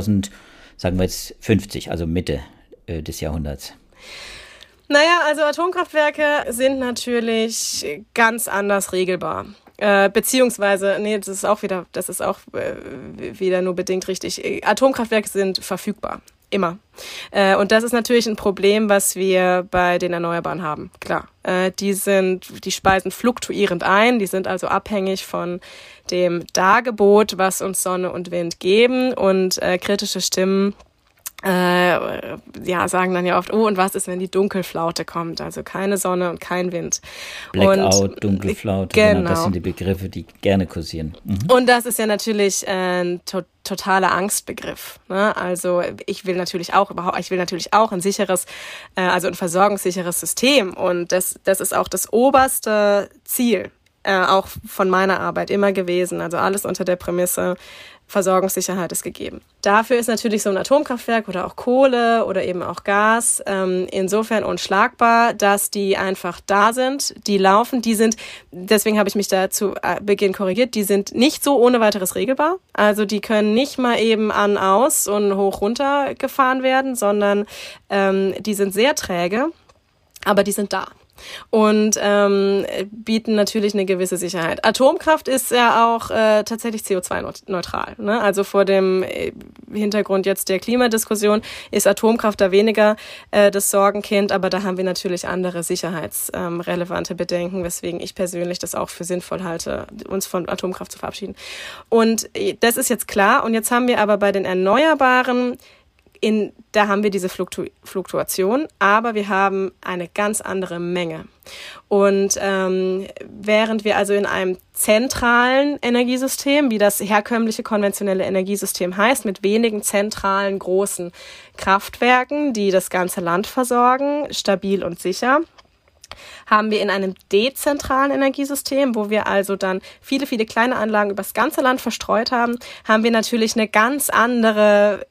2050, also Mitte des Jahrhunderts? Also Atomkraftwerke sind natürlich ganz anders regelbar. Beziehungsweise, das ist auch wieder nur bedingt richtig. Atomkraftwerke sind verfügbar. Immer. Und das ist natürlich ein Problem, was wir bei den Erneuerbaren haben. Klar. Die speisen fluktuierend ein. Die sind also abhängig von dem Dargebot, was uns Sonne und Wind geben. Und kritische Stimmen sagen dann ja oft, und was ist, wenn die Dunkelflaute kommt? Also keine Sonne und kein Wind. Blackout, Dunkelflaute, genau. Das sind die Begriffe, die gerne kursieren. Mhm. Und das ist ja natürlich ein totaler Angstbegriff. Ne? Also ich will natürlich auch ein sicheres, also ein versorgungssicheres System. Und das ist auch das oberste Ziel, auch von meiner Arbeit immer gewesen. Also alles unter der Prämisse, Versorgungssicherheit ist gegeben. Dafür ist natürlich so ein Atomkraftwerk oder auch Kohle oder eben auch Gas insofern unschlagbar, dass die einfach da sind, die laufen, deswegen habe ich mich da zu Beginn korrigiert, die sind nicht so ohne weiteres regelbar. Also die können nicht mal eben an, aus und hoch runter gefahren werden, sondern die sind sehr träge, aber die sind da. Und bieten natürlich eine gewisse Sicherheit. Atomkraft ist ja auch tatsächlich CO2-neutral. Ne? Also vor dem Hintergrund jetzt der Klimadiskussion ist Atomkraft da weniger das Sorgenkind, aber da haben wir natürlich andere sicherheitsrelevante Bedenken, weswegen ich persönlich das auch für sinnvoll halte, uns von Atomkraft zu verabschieden. Und das ist jetzt klar. Und jetzt haben wir aber bei den Erneuerbaren da haben wir diese Fluktuation, aber wir haben eine ganz andere Menge. Und während wir also in einem zentralen Energiesystem, wie das herkömmliche konventionelle Energiesystem heißt, mit wenigen zentralen großen Kraftwerken, die das ganze Land versorgen, stabil und sicher, haben wir in einem dezentralen Energiesystem, wo wir also dann viele, viele kleine Anlagen über das ganze Land verstreut haben wir natürlich eine ganz andere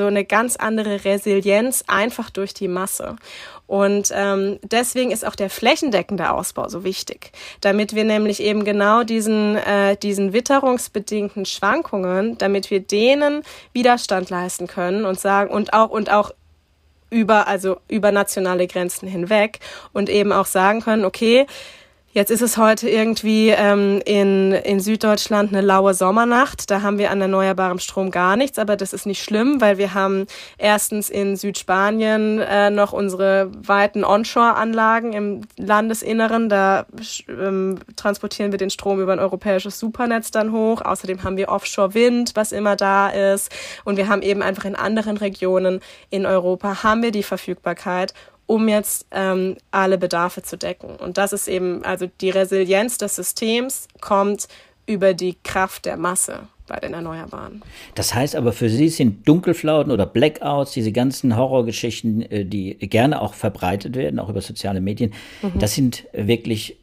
Resilienz einfach durch die Masse. Und deswegen ist auch der flächendeckende Ausbau so wichtig, damit wir nämlich eben genau diesen witterungsbedingten Schwankungen, damit wir denen Widerstand leisten können und sagen und auch über nationale Grenzen hinweg und eben auch sagen können, okay, Jetzt ist es heute irgendwie in Süddeutschland eine laue Sommernacht. Da haben wir an erneuerbarem Strom gar nichts, aber das ist nicht schlimm, weil wir haben erstens in Südspanien noch unsere weiten Onshore-Anlagen im Landesinneren. Da transportieren wir den Strom über ein europäisches Supernetz dann hoch. Außerdem haben wir Offshore-Wind, was immer da ist. Und wir haben eben einfach in anderen Regionen in Europa haben wir die Verfügbarkeit, um jetzt alle Bedarfe zu decken. Und das ist eben, also die Resilienz des Systems kommt über die Kraft der Masse bei den Erneuerbaren. Das heißt aber, für Sie sind Dunkelflauten oder Blackouts, diese ganzen Horrorgeschichten, die gerne auch verbreitet werden, auch über soziale Medien, das sind wirklich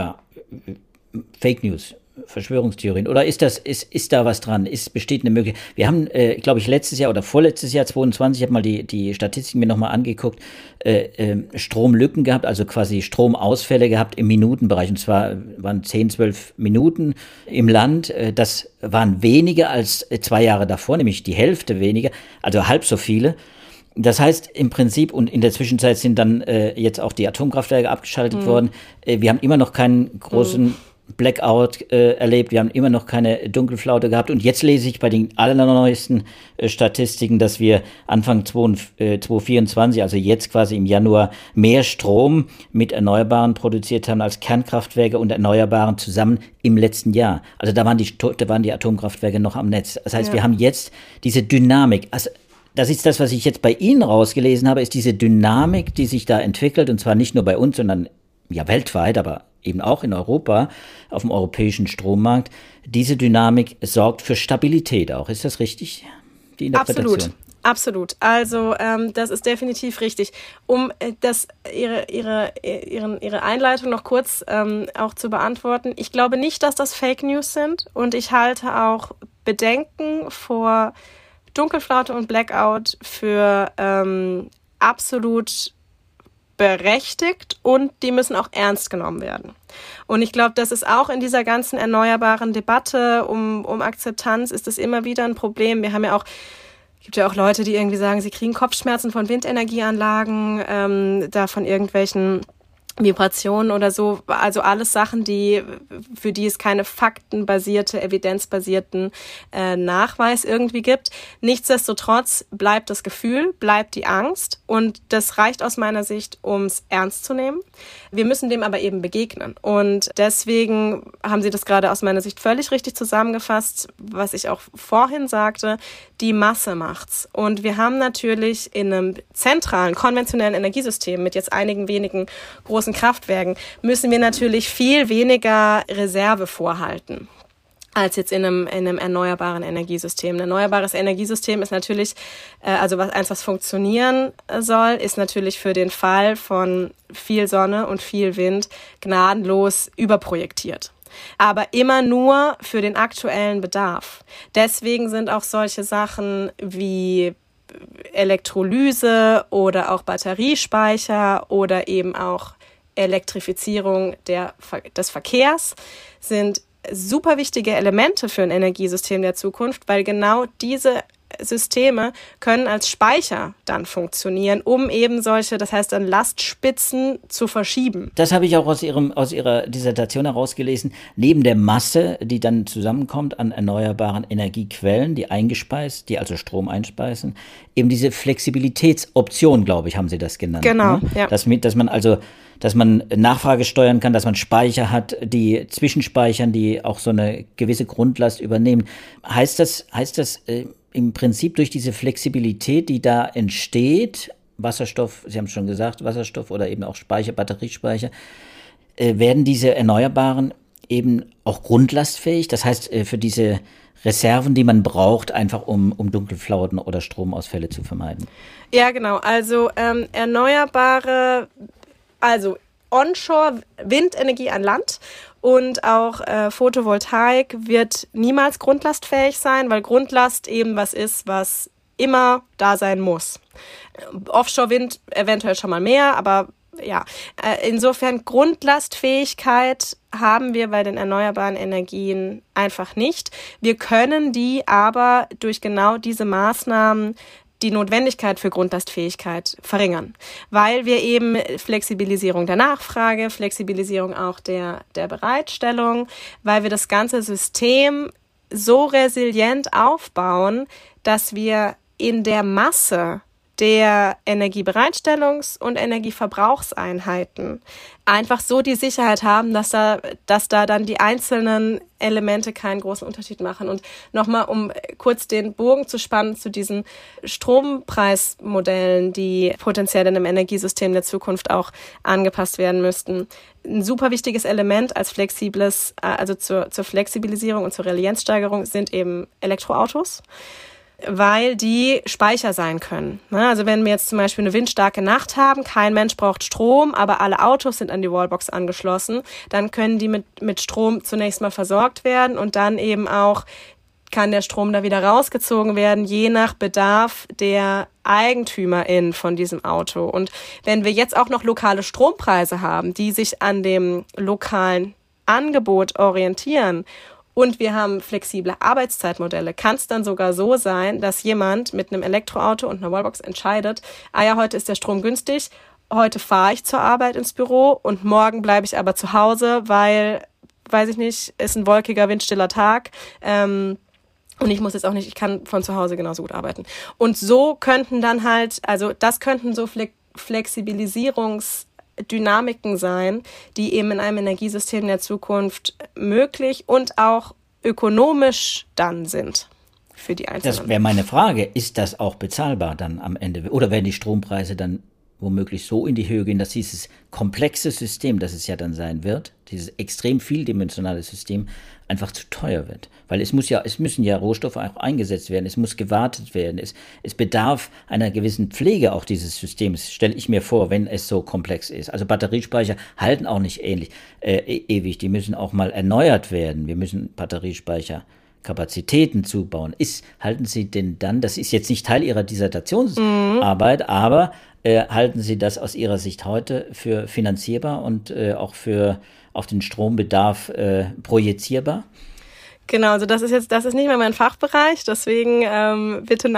Fake News. Verschwörungstheorien. Oder ist da was dran? Besteht eine Möglichkeit? Wir haben, glaube ich, letztes Jahr oder vorletztes Jahr, 22, ich habe mal die Statistiken mir nochmal angeguckt, Stromlücken gehabt, also quasi Stromausfälle gehabt im Minutenbereich. Und zwar waren 10, 12 Minuten im Land. Das waren weniger als 2 Jahre davor, nämlich die Hälfte weniger, also halb so viele. Das heißt im Prinzip, und in der Zwischenzeit sind dann jetzt auch die Atomkraftwerke abgeschaltet worden. Wir haben immer noch keinen großen Blackout erlebt, wir haben immer noch keine Dunkelflaute gehabt und jetzt lese ich bei den allerneuesten Statistiken, dass wir Anfang 2024, also jetzt quasi im Januar, mehr Strom mit Erneuerbaren produziert haben als Kernkraftwerke und Erneuerbaren zusammen im letzten Jahr. Also da waren die Atomkraftwerke noch am Netz. Das heißt, wir haben jetzt diese Dynamik. Also das ist das, was ich jetzt bei Ihnen rausgelesen habe, ist diese Dynamik, die sich da entwickelt, und zwar nicht nur bei uns, sondern ja weltweit, aber eben auch in Europa, auf dem europäischen Strommarkt. Diese Dynamik sorgt für Stabilität auch. Ist das richtig, die Interpretation? Absolut. Also das ist definitiv richtig. Um Ihre Einleitung noch kurz auch zu beantworten. Ich glaube nicht, dass das Fake News sind, und ich halte auch Bedenken vor Dunkelflaute und Blackout für absolut berechtigt, und die müssen auch ernst genommen werden. Und ich glaube, das ist auch in dieser ganzen erneuerbaren Debatte um Akzeptanz ist das immer wieder ein Problem. Wir haben ja auch, gibt ja auch Leute, die irgendwie sagen, sie kriegen Kopfschmerzen von Windenergieanlagen, da von irgendwelchen Vibrationen oder so, also alles Sachen, für die es keine faktenbasierte, evidenzbasierten Nachweis irgendwie gibt. Nichtsdestotrotz bleibt das Gefühl, bleibt die Angst, und das reicht aus meiner Sicht, um es ernst zu nehmen. Wir müssen dem aber eben begegnen, und deswegen haben Sie das gerade aus meiner Sicht völlig richtig zusammengefasst, was ich auch vorhin sagte, die Masse macht's. Und wir haben natürlich in einem zentralen, konventionellen Energiesystem mit jetzt einigen wenigen großen Kraftwerken müssen wir natürlich viel weniger Reserve vorhalten als jetzt in einem erneuerbaren Energiesystem. Ein erneuerbares Energiesystem ist natürlich, was funktionieren soll, ist natürlich für den Fall von viel Sonne und viel Wind gnadenlos überprojektiert. Aber immer nur für den aktuellen Bedarf. Deswegen sind auch solche Sachen wie Elektrolyse oder auch Batteriespeicher oder eben auch Elektrifizierung des Verkehrs sind super wichtige Elemente für ein Energiesystem der Zukunft, weil genau diese Systeme können als Speicher dann funktionieren, um eben solche, das heißt dann Lastspitzen zu verschieben. Das habe ich auch aus Ihrer Dissertation herausgelesen. Neben der Masse, die dann zusammenkommt an erneuerbaren Energiequellen, die also Strom einspeisen, eben diese Flexibilitätsoption, glaube ich, haben Sie das genannt. Genau, ne? Ja. Dass man Nachfrage steuern kann, dass man Speicher hat, die zwischenspeichern, die auch so eine gewisse Grundlast übernehmen. Heißt das im Prinzip durch diese Flexibilität, die da entsteht, Wasserstoff, Sie haben es schon gesagt, Wasserstoff oder eben auch Speicher, Batteriespeicher, werden diese Erneuerbaren eben auch grundlastfähig? Das heißt, für diese Reserven, die man braucht, einfach um Dunkelflauten oder Stromausfälle zu vermeiden. Ja, genau. Also Onshore-Windenergie an Land und auch Photovoltaik wird niemals grundlastfähig sein, weil Grundlast eben was ist, was immer da sein muss. Offshore-Wind eventuell schon mal mehr, aber ja, insofern Grundlastfähigkeit haben wir bei den erneuerbaren Energien einfach nicht. Wir können die aber durch genau diese Maßnahmen die Notwendigkeit für Grundlastfähigkeit verringern, weil wir eben Flexibilisierung der Nachfrage, Flexibilisierung auch der Bereitstellung, weil wir das ganze System so resilient aufbauen, dass wir in der Masse der Energiebereitstellungs- und Energieverbrauchseinheiten einfach so die Sicherheit haben, dass da dann die einzelnen Elemente keinen großen Unterschied machen. Und nochmal, um kurz den Bogen zu spannen zu diesen Strompreismodellen, die potenziell in einem Energiesystem der Zukunft auch angepasst werden müssten. Ein super wichtiges Element als flexibles, also zur Flexibilisierung und zur Resilienzsteigerung sind eben Elektroautos, weil die Speicher sein können. Also wenn wir jetzt zum Beispiel eine windstarke Nacht haben, kein Mensch braucht Strom, aber alle Autos sind an die Wallbox angeschlossen, dann können die mit Strom zunächst mal versorgt werden und dann eben auch kann der Strom da wieder rausgezogen werden, je nach Bedarf der EigentümerInnen von diesem Auto. Und wenn wir jetzt auch noch lokale Strompreise haben, die sich an dem lokalen Angebot orientieren, und wir haben flexible Arbeitszeitmodelle, kann es dann sogar so sein, dass jemand mit einem Elektroauto und einer Wallbox entscheidet, heute ist der Strom günstig, heute fahre ich zur Arbeit ins Büro und morgen bleibe ich aber zu Hause, weil, weiß ich nicht, ist ein wolkiger, windstiller Tag und ich kann von zu Hause genauso gut arbeiten. Und so könnten dann das könnten so Flexibilisierungsdynamiken sein, die eben in einem Energiesystem der Zukunft möglich und auch ökonomisch dann sind für die Einzelnen. Das wäre meine Frage. Ist das auch bezahlbar dann am Ende? Oder werden die Strompreise dann womöglich so in die Höhe gehen, dass dieses komplexe System, das es ja dann sein wird, dieses extrem vieldimensionale System, einfach zu teuer wird? Weil es müssen ja Rohstoffe auch eingesetzt werden, es muss gewartet werden, es bedarf einer gewissen Pflege auch dieses Systems, stelle ich mir vor, wenn es so komplex ist. Also Batteriespeicher halten auch nicht ewig, die müssen auch mal erneuert werden. Wir müssen Batteriespeicherkapazitäten zubauen. Halten Sie denn dann, das ist jetzt nicht Teil Ihrer Dissertationsarbeit, aber halten Sie das aus Ihrer Sicht heute für finanzierbar und auch auf den Strombedarf projizierbar? Genau, also das ist nicht mehr mein Fachbereich, deswegen bitte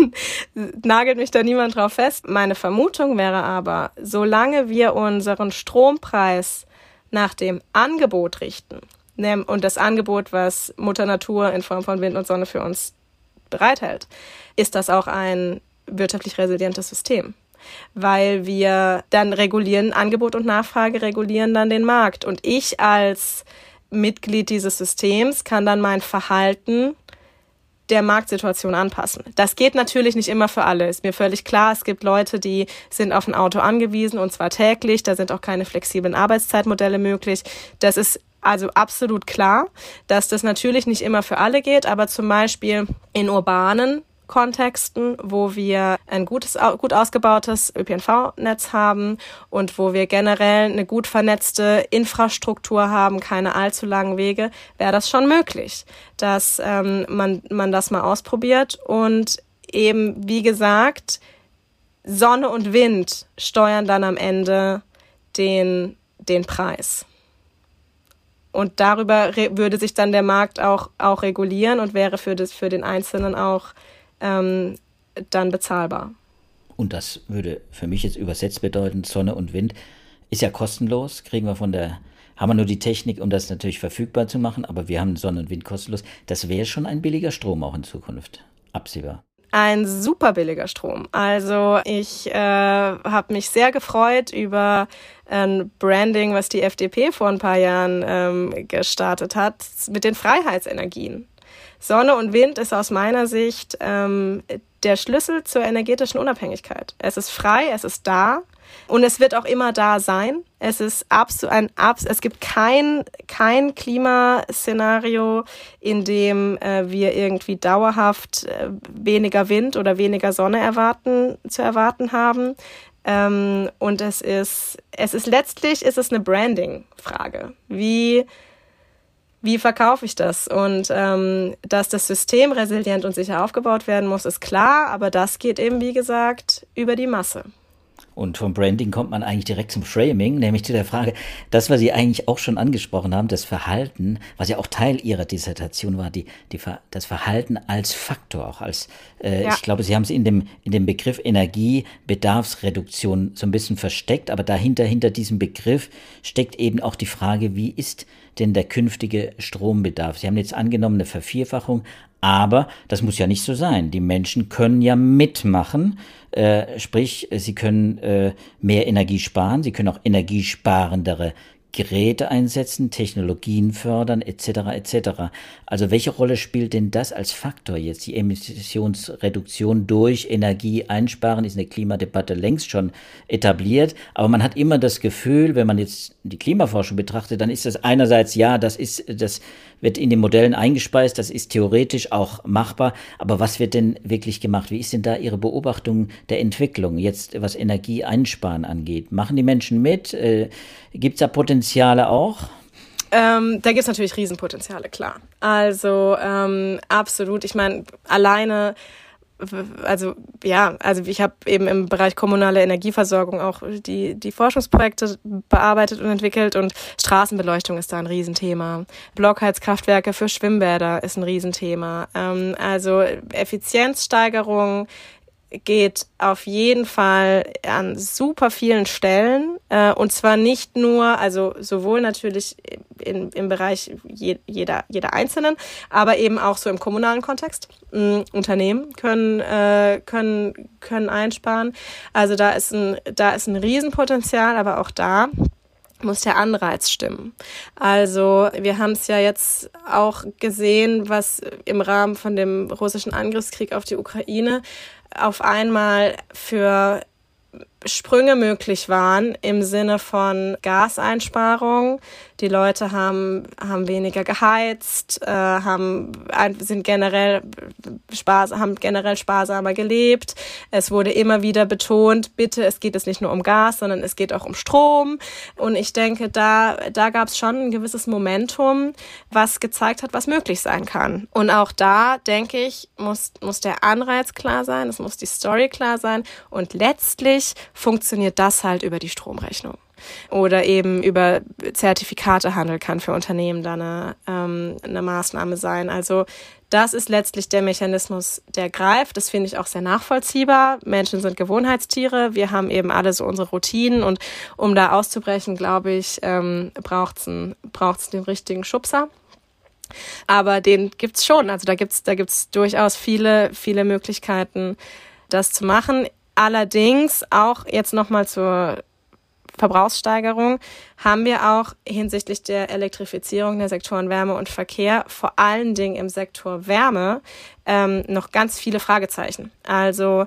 nagelt mich da niemand drauf fest. Meine Vermutung wäre aber, solange wir unseren Strompreis nach dem Angebot richten und das Angebot, was Mutter Natur in Form von Wind und Sonne für uns bereithält, ist das auch ein wirtschaftlich resilientes System. Weil wir dann regulieren, Angebot und Nachfrage regulieren dann den Markt. Und ich als Mitglied dieses Systems kann dann mein Verhalten der Marktsituation anpassen. Das geht natürlich nicht immer für alle. Ist mir völlig klar, es gibt Leute, die sind auf ein Auto angewiesen und zwar täglich. Da sind auch keine flexiblen Arbeitszeitmodelle möglich. Das ist also absolut klar, dass das natürlich nicht immer für alle geht, aber zum Beispiel in urbanen Kontexten, wo wir ein gut ausgebautes ÖPNV-Netz haben und wo wir generell eine gut vernetzte Infrastruktur haben, keine allzu langen Wege, wäre das schon möglich, dass man das mal ausprobiert und eben, wie gesagt, Sonne und Wind steuern dann am Ende den Preis. Und darüber würde sich dann der Markt auch regulieren und wäre für den Einzelnen auch dann bezahlbar. Und das würde für mich jetzt übersetzt bedeuten, Sonne und Wind ist ja kostenlos, haben wir nur die Technik, um das natürlich verfügbar zu machen, aber wir haben Sonne und Wind kostenlos. Das wäre schon ein billiger Strom auch in Zukunft, absehbar. Ein super billiger Strom. Also ich habe mich sehr gefreut über ein Branding, was die FDP vor ein paar Jahren gestartet hat, mit den Freiheitsenergien. Sonne und Wind ist aus meiner Sicht der Schlüssel zur energetischen Unabhängigkeit. Es ist frei, es ist da und es wird auch immer da sein. Es gibt kein Klimaszenario, in dem wir irgendwie dauerhaft weniger Wind oder weniger Sonne zu erwarten haben. Und es ist letztlich eine Branding-Frage. Wie verkaufe ich das? Und dass das System resilient und sicher aufgebaut werden muss, ist klar, aber das geht eben, wie gesagt, über die Masse. Und vom Branding kommt man eigentlich direkt zum Framing, nämlich zu der Frage, das, was Sie eigentlich auch schon angesprochen haben, das Verhalten, was ja auch Teil Ihrer Dissertation war, das Verhalten als Faktor, auch als, ich glaube, Sie haben es in dem Begriff Energiebedarfsreduktion so ein bisschen versteckt, aber hinter diesem Begriff steckt eben auch die Frage, wie ist denn der künftige Strombedarf? Sie haben jetzt angenommen eine Vervierfachung, aber das muss ja nicht so sein. Die Menschen können ja mitmachen, sprich, sie können mehr Energie sparen, sie können auch energiesparendere Geräte einsetzen, Technologien fördern, etc. etc. Also welche Rolle spielt denn das als Faktor jetzt? Die Emissionsreduktion durch Energie einsparen ist in der Klimadebatte längst schon etabliert, aber man hat immer das Gefühl, wenn man jetzt die Klimaforschung betrachtet, dann ist das einerseits, ja, das wird in den Modellen eingespeist, das ist theoretisch auch machbar, aber was wird denn wirklich gemacht? Wie ist denn da Ihre Beobachtung der Entwicklung jetzt, was Energie einsparen angeht? Machen die Menschen mit? Gibt es da Potenziale auch? Da gibt es natürlich Riesenpotenziale, klar. Also absolut. Ich meine, alleine, ich habe eben im Bereich kommunale Energieversorgung auch die Forschungsprojekte bearbeitet und entwickelt und Straßenbeleuchtung ist da ein Riesenthema. Blockheizkraftwerke für Schwimmbäder ist ein Riesenthema. Also Effizienzsteigerung geht auf jeden Fall an super vielen Stellen und zwar nicht nur, also sowohl natürlich im Bereich jeder Einzelnen, aber eben auch so im kommunalen Kontext. Unternehmen können einsparen. Also da ist ein Riesenpotenzial, aber auch da muss der Anreiz stimmen. Also wir haben es ja jetzt auch gesehen, was im Rahmen von dem russischen Angriffskrieg auf die Ukraine auf einmal für Sprünge möglich waren im Sinne von Gaseinsparung. Die Leute haben weniger geheizt, haben generell sparsamer gelebt. Es wurde immer wieder betont, bitte, es geht jetzt nicht nur um Gas, sondern es geht auch um Strom. Und ich denke, da gab es schon ein gewisses Momentum, was gezeigt hat, was möglich sein kann. Und auch da, denke ich, muss der Anreiz klar sein, es muss die Story klar sein und letztlich funktioniert das halt über die Stromrechnung. Oder eben über Zertifikatehandel kann für Unternehmen da eine Maßnahme sein. Also das ist letztlich der Mechanismus, der greift. Das finde ich auch sehr nachvollziehbar. Menschen sind Gewohnheitstiere. Wir haben eben alle so unsere Routinen. Und um da auszubrechen, glaube ich, braucht's den richtigen Schubser. Aber den gibt's schon. Also da gibt's durchaus viele, viele Möglichkeiten, das zu machen. Allerdings auch jetzt nochmal zur Verbrauchssteigerung haben wir auch hinsichtlich der Elektrifizierung der Sektoren Wärme und Verkehr, vor allen Dingen im Sektor Wärme, noch ganz viele Fragezeichen. Also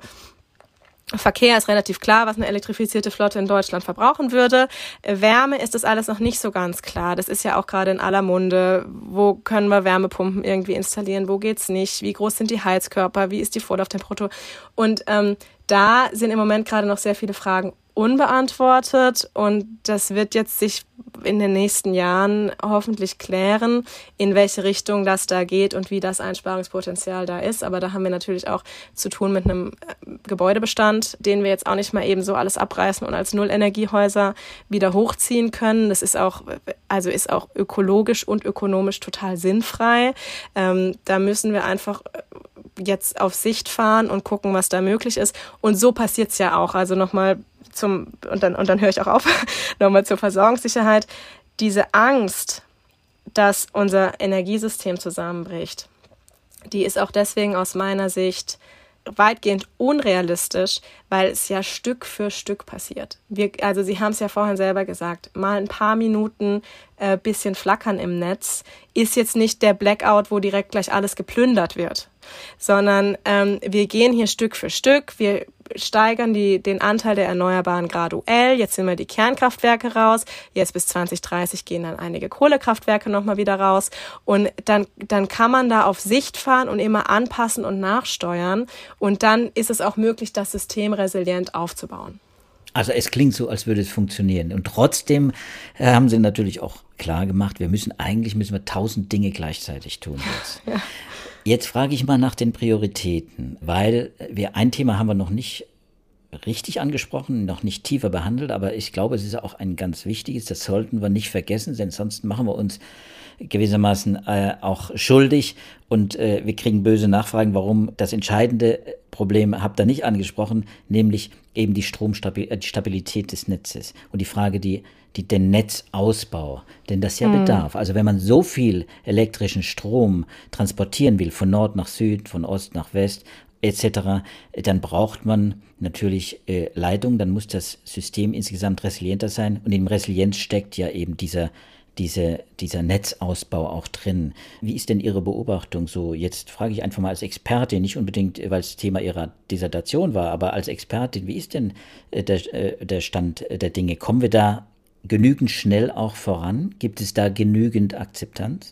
Verkehr ist relativ klar, was eine elektrifizierte Flotte in Deutschland verbrauchen würde. Wärme ist das alles noch nicht so ganz klar. Das ist ja auch gerade in aller Munde. Wo können wir Wärmepumpen irgendwie installieren? Wo geht's nicht? Wie groß sind die Heizkörper? Wie ist die Vorlauftemperatur? Und da sind im Moment gerade noch sehr viele Fragen unbeantwortet und das wird jetzt sich in den nächsten Jahren hoffentlich klären, in welche Richtung das da geht und wie das Einsparungspotenzial da ist. Aber da haben wir natürlich auch zu tun mit einem Gebäudebestand, den wir jetzt auch nicht mal eben so alles abreißen und als Nullenergiehäuser wieder hochziehen können. Das ist auch ökologisch und ökonomisch total sinnfrei. Da müssen wir einfach jetzt auf Sicht fahren und gucken, was da möglich ist. Und so passiert's ja auch. Also nochmal und dann höre ich auch auf, nochmal zur Versorgungssicherheit. Diese Angst, dass unser Energiesystem zusammenbricht, die ist auch deswegen aus meiner Sicht weitgehend unrealistisch, weil es ja Stück für Stück passiert. Sie haben es ja vorhin selber gesagt, mal ein paar Minuten bisschen flackern im Netz ist jetzt nicht der Blackout, wo direkt gleich alles geplündert wird, sondern wir gehen hier Stück für Stück, wir steigern den Anteil der Erneuerbaren graduell. Jetzt sind wir die Kernkraftwerke raus. Jetzt bis 2030 gehen dann einige Kohlekraftwerke nochmal wieder raus. Und dann kann man da auf Sicht fahren und immer anpassen und nachsteuern. Und dann ist es auch möglich, das System resilient aufzubauen. Also es klingt so, als würde es funktionieren. Und trotzdem haben Sie natürlich auch klar gemacht, wir müssen 1000 Dinge gleichzeitig tun jetzt. Ja. Jetzt frage ich mal nach den Prioritäten, weil ein Thema haben wir noch nicht richtig angesprochen, noch nicht tiefer behandelt, aber ich glaube, es ist auch ein ganz wichtiges, das sollten wir nicht vergessen, denn sonst machen wir uns gewissermaßen auch schuldig und wir kriegen böse Nachfragen, warum. Das entscheidende Problem habt ihr nicht angesprochen, nämlich eben die Stabilität des Netzes und die Frage, den Netzausbau, denn das ja bedarf. Also wenn man so viel elektrischen Strom transportieren will, von Nord nach Süd, von Ost nach West etc., dann braucht man natürlich Leitung, dann muss das System insgesamt resilienter sein und in Resilienz steckt ja eben dieser Netzausbau auch drin. Wie ist denn Ihre Beobachtung so? Jetzt frage ich einfach mal als Expertin, nicht unbedingt, weil es Thema Ihrer Dissertation war, aber als Expertin, wie ist denn der Stand der Dinge? Kommen wir da genügend schnell auch voran? Gibt es da genügend Akzeptanz?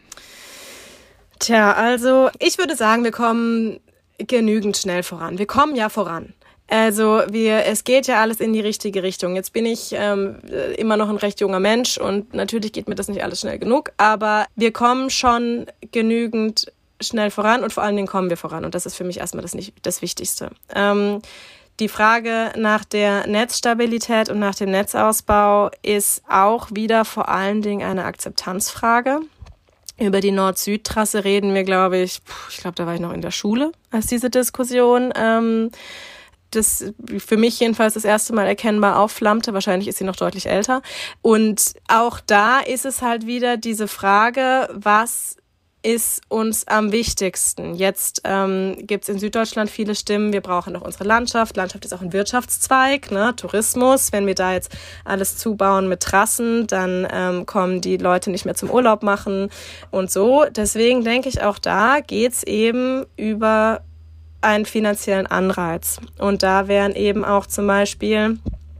Tja, also ich würde sagen, wir kommen genügend schnell voran. Wir kommen ja voran. Also es geht ja alles in die richtige Richtung. Jetzt bin ich immer noch ein recht junger Mensch und natürlich geht mir das nicht alles schnell genug, aber wir kommen schon genügend schnell voran und vor allen Dingen kommen wir voran und das ist für mich erstmal das Wichtigste. Die Frage nach der Netzstabilität und nach dem Netzausbau ist auch wieder vor allen Dingen eine Akzeptanzfrage. Über die Nord-Süd-Trasse reden wir, glaube ich, da war ich noch in der Schule, als diese Diskussion das für mich jedenfalls das erste Mal erkennbar aufflammte. Wahrscheinlich ist sie noch deutlich älter. Und auch da ist es halt wieder diese Frage, was ist uns am wichtigsten? Jetzt gibt es in Süddeutschland viele Stimmen, wir brauchen noch unsere Landschaft. Landschaft ist auch ein Wirtschaftszweig, ne? Tourismus. Wenn wir da jetzt alles zubauen mit Trassen, dann kommen die Leute nicht mehr zum Urlaub machen und so. Deswegen denke ich, auch da geht's eben über einen finanziellen Anreiz. Und da wären eben auch zum Beispiel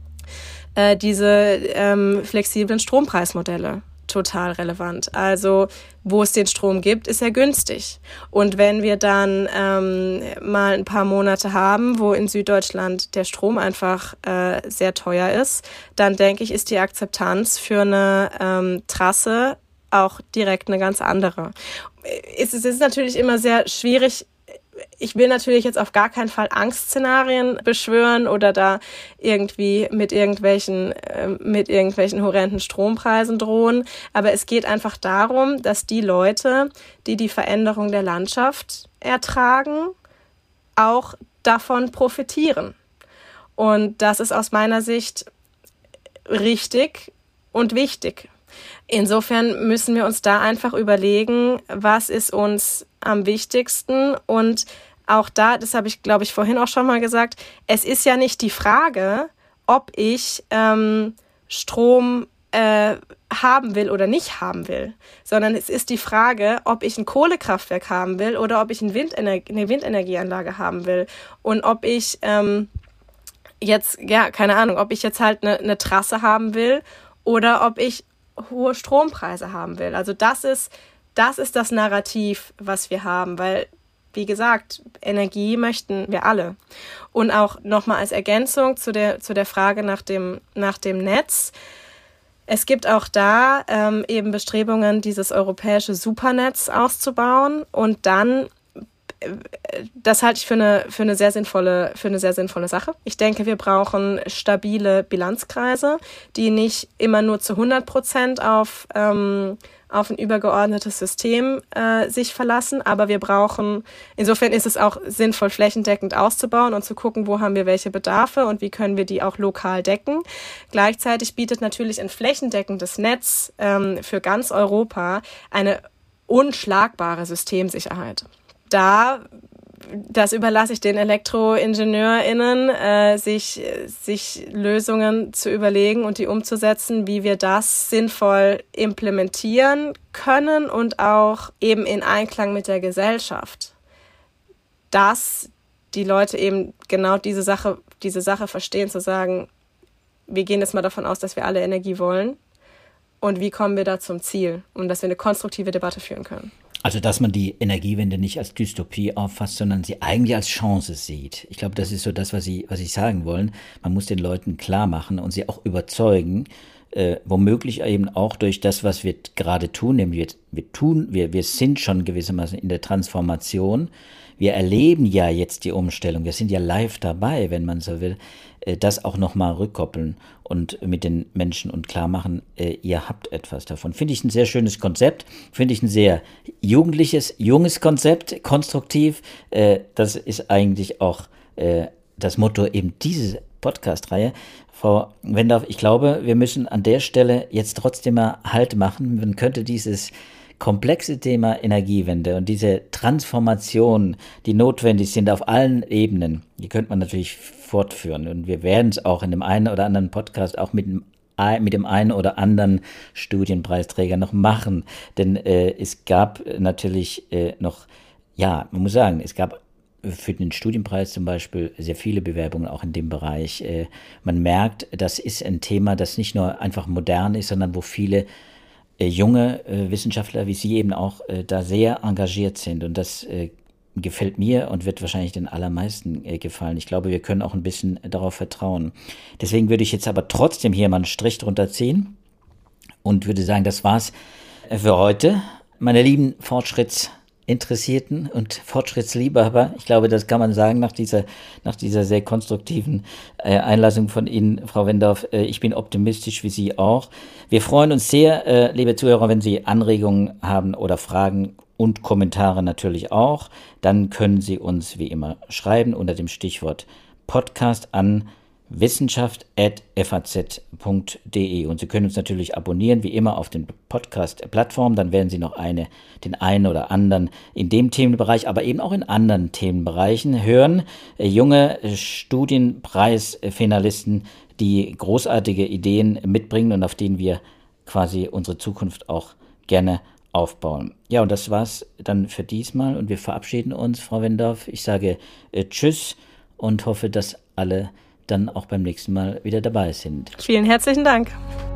diese flexiblen Strompreismodelle total relevant. Also wo es den Strom gibt, ist er günstig. Und wenn wir dann mal ein paar Monate haben, wo in Süddeutschland der Strom einfach sehr teuer ist, dann denke ich, ist die Akzeptanz für eine Trasse auch direkt eine ganz andere. Es ist natürlich immer sehr schwierig. Ich will natürlich jetzt auf gar keinen Fall Angstszenarien beschwören oder da irgendwie mit irgendwelchen horrenden Strompreisen drohen. Aber es geht einfach darum, dass die Leute, die die Veränderung der Landschaft ertragen, auch davon profitieren. Und das ist aus meiner Sicht richtig und wichtig. Insofern müssen wir uns da einfach überlegen, was ist uns am wichtigsten. Und auch da, das habe ich, glaube ich, vorhin auch schon mal gesagt, es ist ja nicht die Frage, ob ich Strom haben will oder nicht haben will, sondern es ist die Frage, ob ich ein Kohlekraftwerk haben will oder ob ich eine Windenergieanlage haben will und ob ich ob ich jetzt halt eine Trasse haben will oder ob ich hohe Strompreise haben will. Also das ist das Narrativ, was wir haben, weil, wie gesagt, Energie möchten wir alle. Und auch nochmal als Ergänzung zu der Frage nach dem Netz. Es gibt auch da eben Bestrebungen, dieses europäische Supernetz auszubauen und dann das halte ich für eine sehr sinnvolle Sache. Ich denke, wir brauchen stabile Bilanzkreise, die nicht immer nur zu 100% auf ein übergeordnetes System sich verlassen, aber insofern ist es auch sinnvoll, flächendeckend auszubauen und zu gucken, wo haben wir welche Bedarfe und wie können wir die auch lokal decken. Gleichzeitig bietet natürlich ein flächendeckendes Netz für ganz Europa eine unschlagbare Systemsicherheit. Das überlasse ich den ElektroingenieurInnen, sich Lösungen zu überlegen und die umzusetzen, wie wir das sinnvoll implementieren können und auch eben in Einklang mit der Gesellschaft. Dass die Leute eben genau diese Sache verstehen, zu sagen, wir gehen jetzt mal davon aus, dass wir alle Energie wollen und wie kommen wir da zum Ziel und dass wir eine konstruktive Debatte führen können. Also, dass man die Energiewende nicht als Dystopie auffasst, sondern sie eigentlich als Chance sieht. Ich glaube, das ist so das, was Sie sagen wollen. Man muss den Leuten klar machen und sie auch überzeugen, womöglich eben auch durch das, was wir gerade tun, nämlich wir sind schon gewissermaßen in der Transformation. wir erleben ja jetzt die Umstellung, wir sind ja live dabei, wenn man so will, das auch nochmal rückkoppeln und mit den Menschen und klar machen, ihr habt etwas davon. Finde ich ein sehr schönes Konzept, finde ich ein sehr jugendliches, junges Konzept, konstruktiv. Das ist eigentlich auch das Motto eben diese Podcast-Reihe. Frau Wendorf, ich glaube, wir müssen an der Stelle jetzt trotzdem mal Halt machen. Man könnte dieses komplexe Thema Energiewende und diese Transformation, die notwendig sind auf allen Ebenen, die könnte man natürlich fortführen. Und wir werden es auch in dem einen oder anderen Podcast auch mit dem einen oder anderen Studienpreisträger noch machen. Denn es gab natürlich noch, ja, man muss sagen, es gab für den Studienpreis zum Beispiel sehr viele Bewerbungen auch in dem Bereich. Man merkt, das ist ein Thema, das nicht nur einfach modern ist, sondern wo viele junge Wissenschaftler wie Sie eben auch da sehr engagiert sind. Und das gefällt mir und wird wahrscheinlich den allermeisten gefallen. Ich glaube, wir können auch ein bisschen darauf vertrauen. Deswegen würde ich jetzt aber trotzdem hier mal einen Strich drunter ziehen und würde sagen, das war's für heute. Meine lieben Fortschrittsinteressierten und Fortschrittsliebhaber, ich glaube, das kann man sagen nach dieser sehr konstruktiven Einlassung von Ihnen, Frau Wendorf. Ich bin optimistisch wie Sie auch. Wir freuen uns sehr, liebe Zuhörer, wenn Sie Anregungen haben oder Fragen und Kommentare natürlich auch. Dann können Sie uns wie immer schreiben unter dem Stichwort Podcast an wissenschaft@faz.de und Sie können uns natürlich abonnieren, wie immer auf den Podcast-Plattformen, dann werden Sie noch den einen oder anderen in dem Themenbereich, aber eben auch in anderen Themenbereichen hören. Junge Studienpreisfinalisten, die großartige Ideen mitbringen und auf denen wir quasi unsere Zukunft auch gerne aufbauen. Ja, und das war's dann für diesmal und wir verabschieden uns, Frau Wendorf. Ich sage Tschüss und hoffe, dass alle dann auch beim nächsten Mal wieder dabei sind. Vielen herzlichen Dank.